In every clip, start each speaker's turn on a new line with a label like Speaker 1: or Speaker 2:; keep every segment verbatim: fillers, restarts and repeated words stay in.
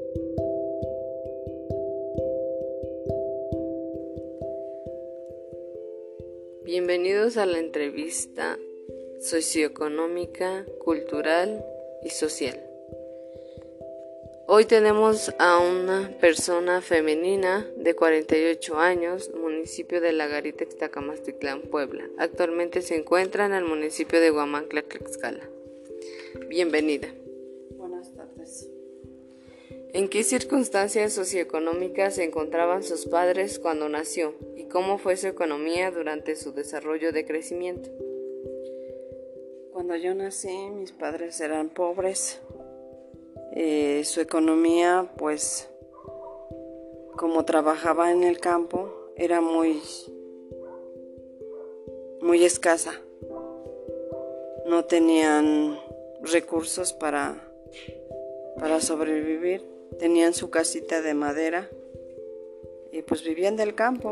Speaker 1: Bienvenidos a la entrevista socioeconómica, cultural y social. Hoy tenemos a una persona femenina de cuarenta y ocho años, municipio de La Garita, Ixtacamastitlán, Puebla. Actualmente se encuentra en el municipio de Huamantla, Tlaxcala. Bienvenida.
Speaker 2: Buenas tardes.
Speaker 1: ¿En qué circunstancias socioeconómicas se encontraban sus padres cuando nació y cómo fue su economía durante su desarrollo de crecimiento?
Speaker 2: Cuando yo nací, mis padres eran pobres. Eh, su economía, pues, como trabajaba en el campo, era muy, muy escasa. No tenían recursos para, para sobrevivir. Tenían su casita de madera y pues vivían del campo.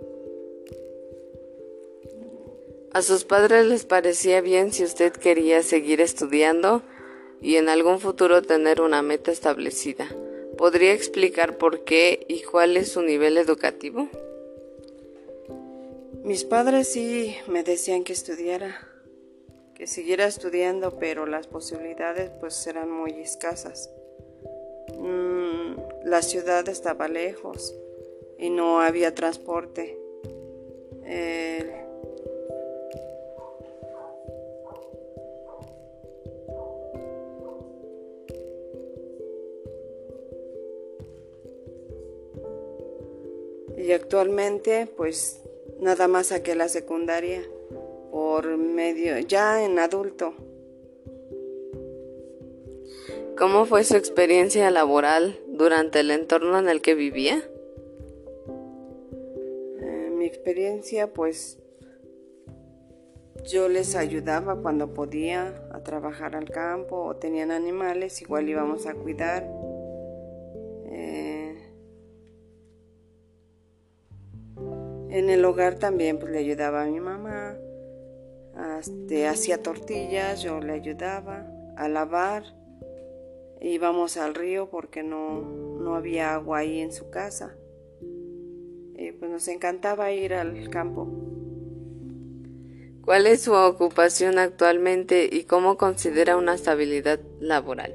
Speaker 1: ¿A sus padres les parecía bien si usted quería seguir estudiando y en algún futuro tener una meta establecida? ¿Podría explicar por qué y cuál es su nivel educativo?
Speaker 2: Mis padres sí me decían que estudiara, que siguiera estudiando, pero las posibilidades pues eran muy escasas. Mm, la ciudad estaba lejos y no había transporte. Eh, Y actualmente, pues, nada más saqué la secundaria por medio, ya en adulto.
Speaker 1: ¿Cómo fue su experiencia laboral durante el entorno en el que vivía?
Speaker 2: Eh, mi experiencia, pues, yo les ayudaba cuando podía a trabajar al campo o tenían animales, igual íbamos a cuidar. En el hogar también pues le ayudaba a mi mamá, este, hacía tortillas, yo le ayudaba a lavar, íbamos al río porque no, no había agua ahí en su casa, y pues nos encantaba ir al campo.
Speaker 1: ¿Cuál es su ocupación actualmente y cómo considera una estabilidad laboral?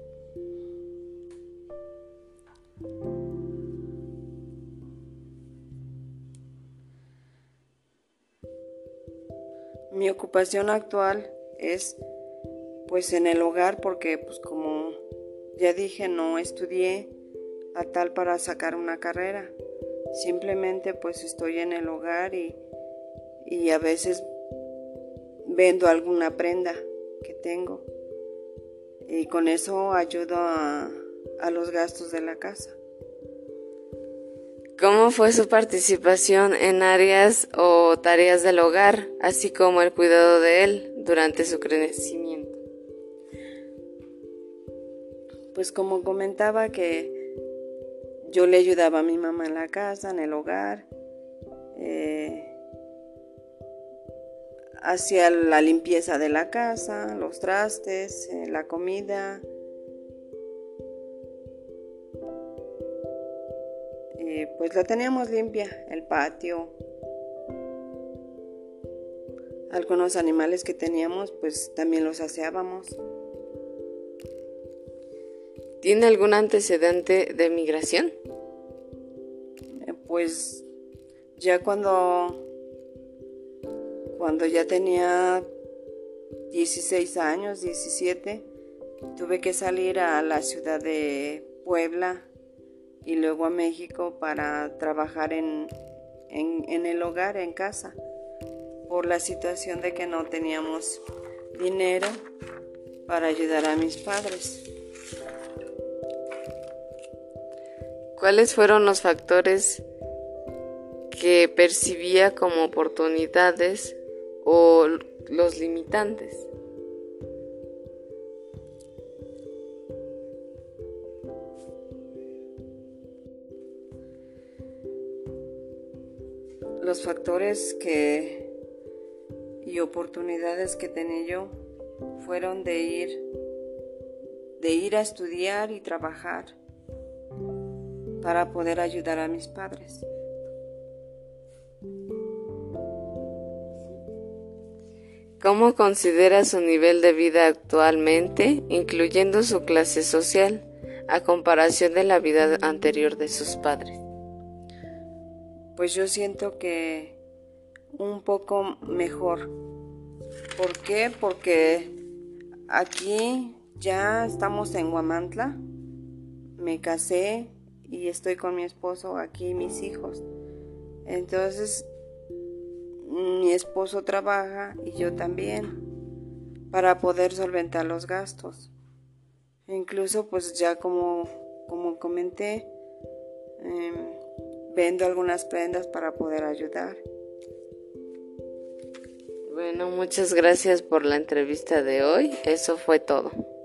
Speaker 2: Mi ocupación actual es pues en el hogar porque pues como ya dije no estudié a tal para sacar una carrera, simplemente pues estoy en el hogar y, y a veces vendo alguna prenda que tengo y con eso ayudo a, a los gastos de la casa.
Speaker 1: ¿Cómo fue su participación en áreas o tareas del hogar, así como el cuidado de él durante su crecimiento?
Speaker 2: Pues como comentaba que yo le ayudaba a mi mamá en la casa, en el hogar, eh, hacía la limpieza de la casa, los trastes, eh, la comida. Y pues la teníamos limpia, el patio. Algunos animales que teníamos, pues también los aseábamos.
Speaker 1: ¿Tiene algún antecedente de migración?
Speaker 2: Eh, pues ya cuando, cuando ya tenía dieciséis años, diecisiete, tuve que salir a la ciudad de Puebla y luego a México para trabajar en, en, en el hogar, en casa, por la situación de que no teníamos dinero para ayudar a mis padres.
Speaker 1: ¿Cuáles fueron los factores que percibía como oportunidades o los limitantes?
Speaker 2: Los factores que y oportunidades que tenía yo fueron de ir de ir a estudiar y trabajar para poder ayudar a mis padres.
Speaker 1: ¿Cómo considera su nivel de vida actualmente, incluyendo su clase social, a comparación de la vida anterior de sus padres?
Speaker 2: Pues yo siento que un poco mejor. ¿Por qué? Porque aquí ya estamos en Huamantla, me casé y estoy con mi esposo aquí y mis hijos. Entonces, mi esposo trabaja y yo también para poder solventar los gastos. Incluso pues ya como, como comenté, eh, vendo algunas prendas para poder ayudar.
Speaker 1: Bueno, muchas gracias por la entrevista de hoy. Eso fue todo.